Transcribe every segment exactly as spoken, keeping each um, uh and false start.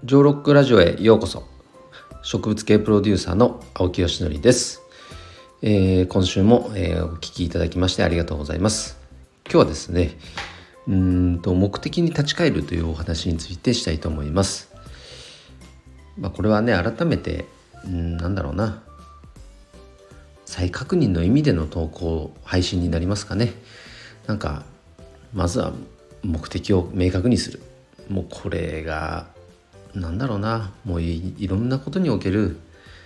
ジョーロックラジオへようこそ。植物系プロデューサーの青木よしのりです。えー、今週も、えー、お聞きいただきましてありがとうございます。今日はですねうーんと目的に立ち返るというお話についてしたいと思います。まあ、これはね改めてうーんなんだろうな再確認の意味での投稿配信になりますかね。なんかまずは目的を明確にする、もうこれがなんだろうなもう い, いろんなことにおける、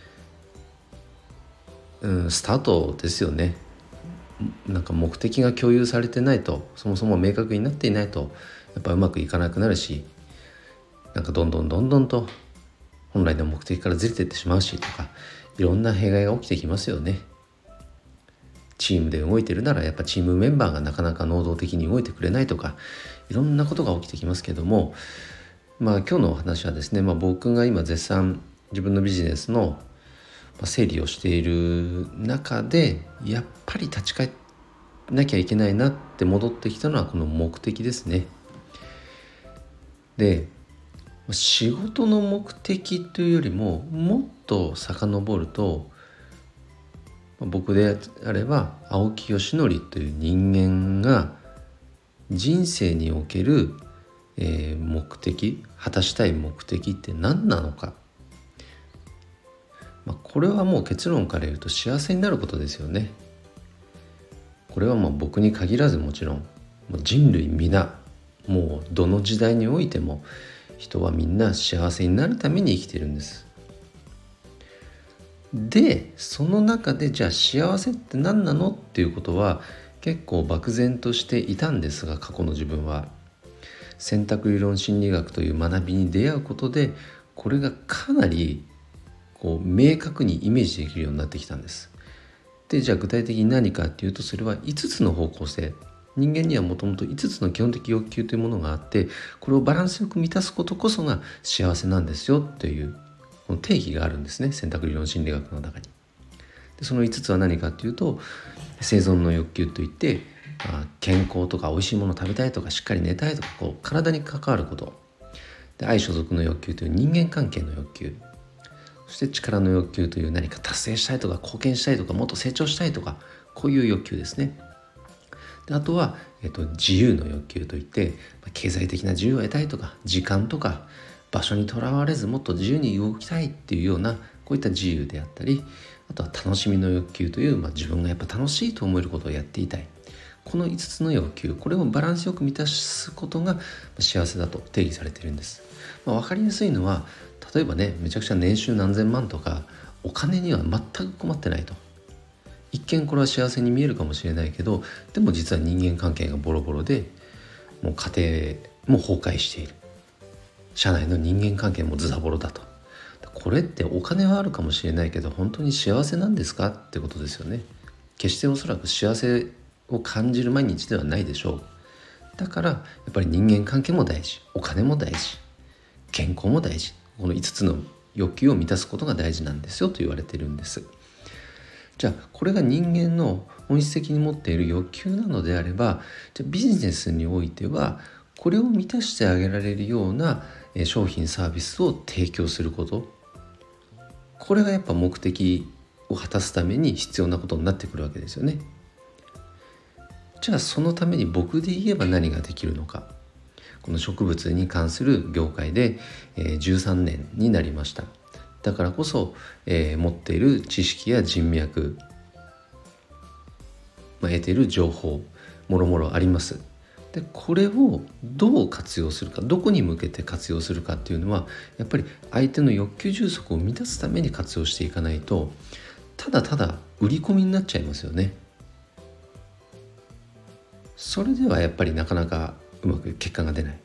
うん、スタートですよね。なんか目的が共有されてないと、そもそも明確になっていないとやっぱうまくいかなくなるし、なんかどんどんどんどんと本来の目的からずれていってしまうしとか、いろんな弊害が起きてきますよね。チームで動いてるならやっぱチームメンバーがなかなか能動的に動いてくれないとか、いろんなことが起きてきますけども、まあ今日のお話はですね、まあ、僕が今絶賛自分のビジネスの整理をしている中でやっぱり立ち返らなきゃいけないなって戻ってきたのはこの目的ですね。で、仕事の目的というよりももっと遡ると、僕であれば青木よしのりという人間が人生における、えー、目的、果たしたい目的って何なのか、まあ、これはもう結論から言うと幸せになることですよね。これはまあ僕に限らずもちろんもう人類皆、もうどの時代においても人はみんな幸せになるために生きているんです。でその中でじゃあ幸せって何なのっていうことは結構漠然としていたんですが、過去の自分は選択理論心理学という学びに出会うことでこれがかなりこう明確にイメージできるようになってきたんです。でじゃあ具体的に何かっていうと、それはいつつの方向性、人間にはもともといつつの基本的欲求というものがあって、これをバランスよく満たすことこそが幸せなんですよというこの定義があるんですね、選択理論心理学の中に。でそのいつつは何かっていうと、生存の欲求といって、まあ、健康とか美味しいものを食べたいとかしっかり寝たいとか、こう体に関わること。で愛所属の欲求という人間関係の欲求。そして力の欲求という何か達成したいとか貢献したいとかもっと成長したいとか、こういう欲求ですね。であとは、えっと、自由の欲求といって、経済的な自由を得たいとか、時間とか場所にとらわれずもっと自由に動きたいっていうようなこういった自由であったり、あとは楽しみの欲求という、まあ、自分がやっぱ楽しいと思えることをやっていたい、このいつつの欲求、これをバランスよく満たすことが幸せだと定義されているんです。まあ、分かりやすいのは例えばね、めちゃくちゃ年収何千万とかお金には全く困ってないと、一見これは幸せに見えるかもしれないけど、でも実は人間関係がボロボロで、もう家庭も崩壊している、社内の人間関係もズタボロだと。これってお金はあるかもしれないけど本当に幸せなんですかってことですよね。決しておそらく幸せを感じる毎日ではないでしょう。だからやっぱり人間関係も大事、お金も大事、健康も大事、このいつつの欲求を満たすことが大事なんですよと言われているんです。じゃあこれが人間の本質的に持っている欲求なのであれば、じゃあビジネスにおいてはこれを満たしてあげられるような商品サービスを提供すること、これがやっぱ目的を果たすために必要なことになってくるわけですよね。じゃあそのために僕で言えば何ができるのか。この植物に関する業界でじゅうさんねんになりました。だからこそ、えー、持っている知識や人脈、まあ、得ている情報もろもろあります。でこれをどう活用するか、どこに向けて活用するかっていうのはやっぱり相手の欲求充足を満たすために活用していかないと、ただただ売り込みになっちゃいますよね。それではやっぱりなかなかうまく結果が出ない。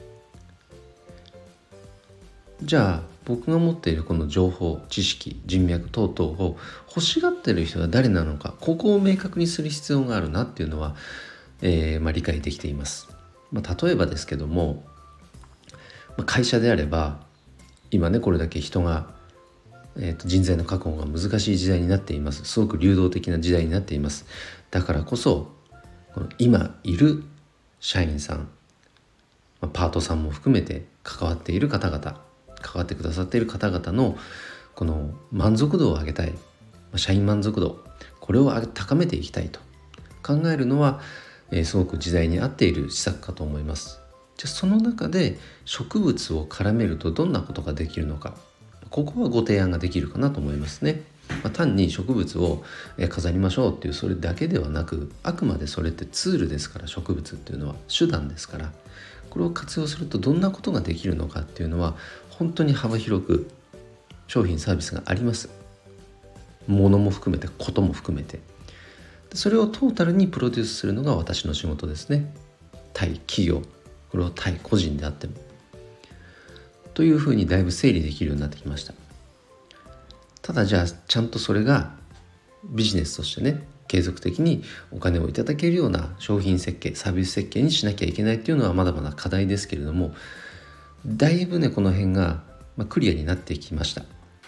じゃあ僕が持っているこの情報、知識、人脈等々を欲しがっている人は誰なのか、ここを明確にする必要があるなっていうのは、えーまあ、理解できています。まあ、例えばですけども、まあ、会社であれば今ねこれだけ人が、えーと、人材の確保が難しい時代になっています。すごく流動的な時代になっています。だからこそこの今いる社員さん、パートさんも含めて関わっている方々、 関わってくださっている方々のこの満足度を上げたい、社員満足度、これを高めていきたいと考えるのは、えー、すごく時代に合っている施策かと思います。じゃあその中で植物を絡めるとどんなことができるのか、ここはご提案ができるかなと思いますね。まあ、単に植物を飾りましょうっていうそれだけではなく、あくまでそれってツールですから、植物っていうのは手段ですから、これを活用するとどんなことができるのかっていうのは本当に幅広く商品サービスがあります。物も含めて、ことも含めて、それをトータルにプロデュースするのが私の仕事ですね。対企業、これを対個人であってもというふうにだいぶ整理できるようになってきました。ただじゃあちゃんとそれがビジネスとしてね、継続的にお金をいただけるような商品設計、サービス設計にしなきゃいけないっていうのはまだまだ課題ですけれども、だいぶねこの辺が、まあ、クリアになってきました。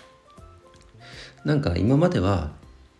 なんか今までは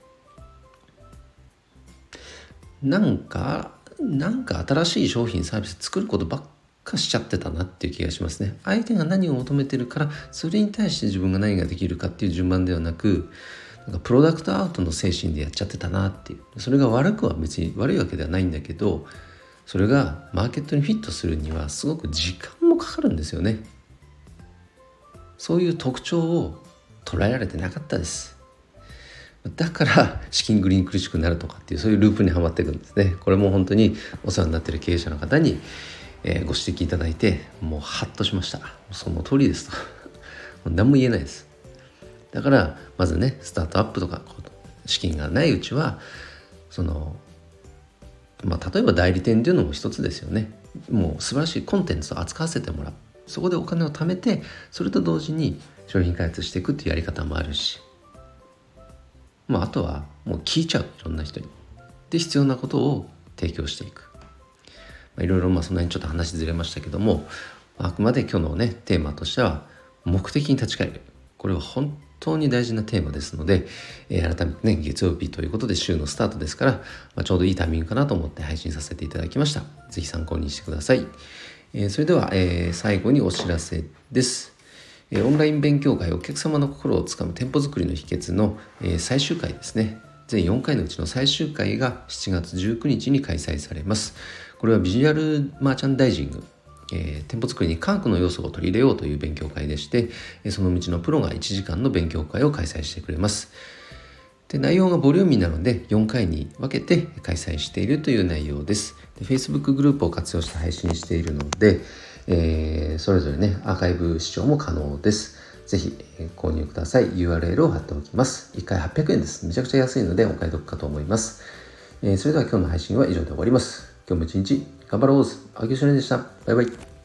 なんかなんか新しい商品サービス作ることばっかしちゃってたなっていう気がしますね。相手が何を求めてるから、それに対して自分が何ができるかっていう順番ではなく、なんかプロダクトアウトの精神でやっちゃってたなっていう。それが悪くは別に悪いわけではないんだけど、それがマーケットにフィットするにはすごく時間もかかるんですよね。そういう特徴を捉えられてなかったです。だから資金繰りに苦しくなるとかっていう、そういうループにはまっていくんですね。これも本当にお世話になっている経営者の方に、えー、ご指摘いただいて、もうハッとしました。その通りですと何も言えないです。だからまずね、スタートアップとか資金がないうちはその、まあ、例えば代理店っていうのも一つですよね。もう素晴らしいコンテンツを扱わせてもらう、そこでお金を貯めて、それと同時に商品開発していくっていうやり方もあるし、まあ、あとはもう聞いちゃう、いろんな人に。で必要なことを提供していく。まあ、いろいろまあそんなにちょっと話ずれましたけども、あくまで今日のねテーマとしては目的に立ち返る。これは本当に大事なテーマですので、えー、改めてね月曜日ということで週のスタートですから、まあ、ちょうどいいタイミングかなと思って配信させていただきました。ぜひ参考にしてください。えー、それでは、えー、最後にお知らせです。オンライン勉強会お客様の心をつかむ店舗作りの秘訣の最終回ですね。全よんかいのうちの最終回がしちがつじゅうくにちに開催されます。これはビジュアルマーチャンダイジング、えー、店舗作りに科学の要素を取り入れようという勉強会でして、その道のプロがいちじかんの勉強会を開催してくれます。で内容がボリューミーなのでよんかいに分けて開催しているという内容です。で Facebook グループを活用して配信しているので、えー、それぞれねアーカイブ視聴も可能です。ぜひ、えー、購入ください。 ユーアールエル を貼っておきます。いっかいはっぴゃくえんです。めちゃくちゃ安いのでお買い得かと思います。えー、それでは今日の配信は以上で終わります。今日も一日頑張ろう。あきしょねでした。バイバイ。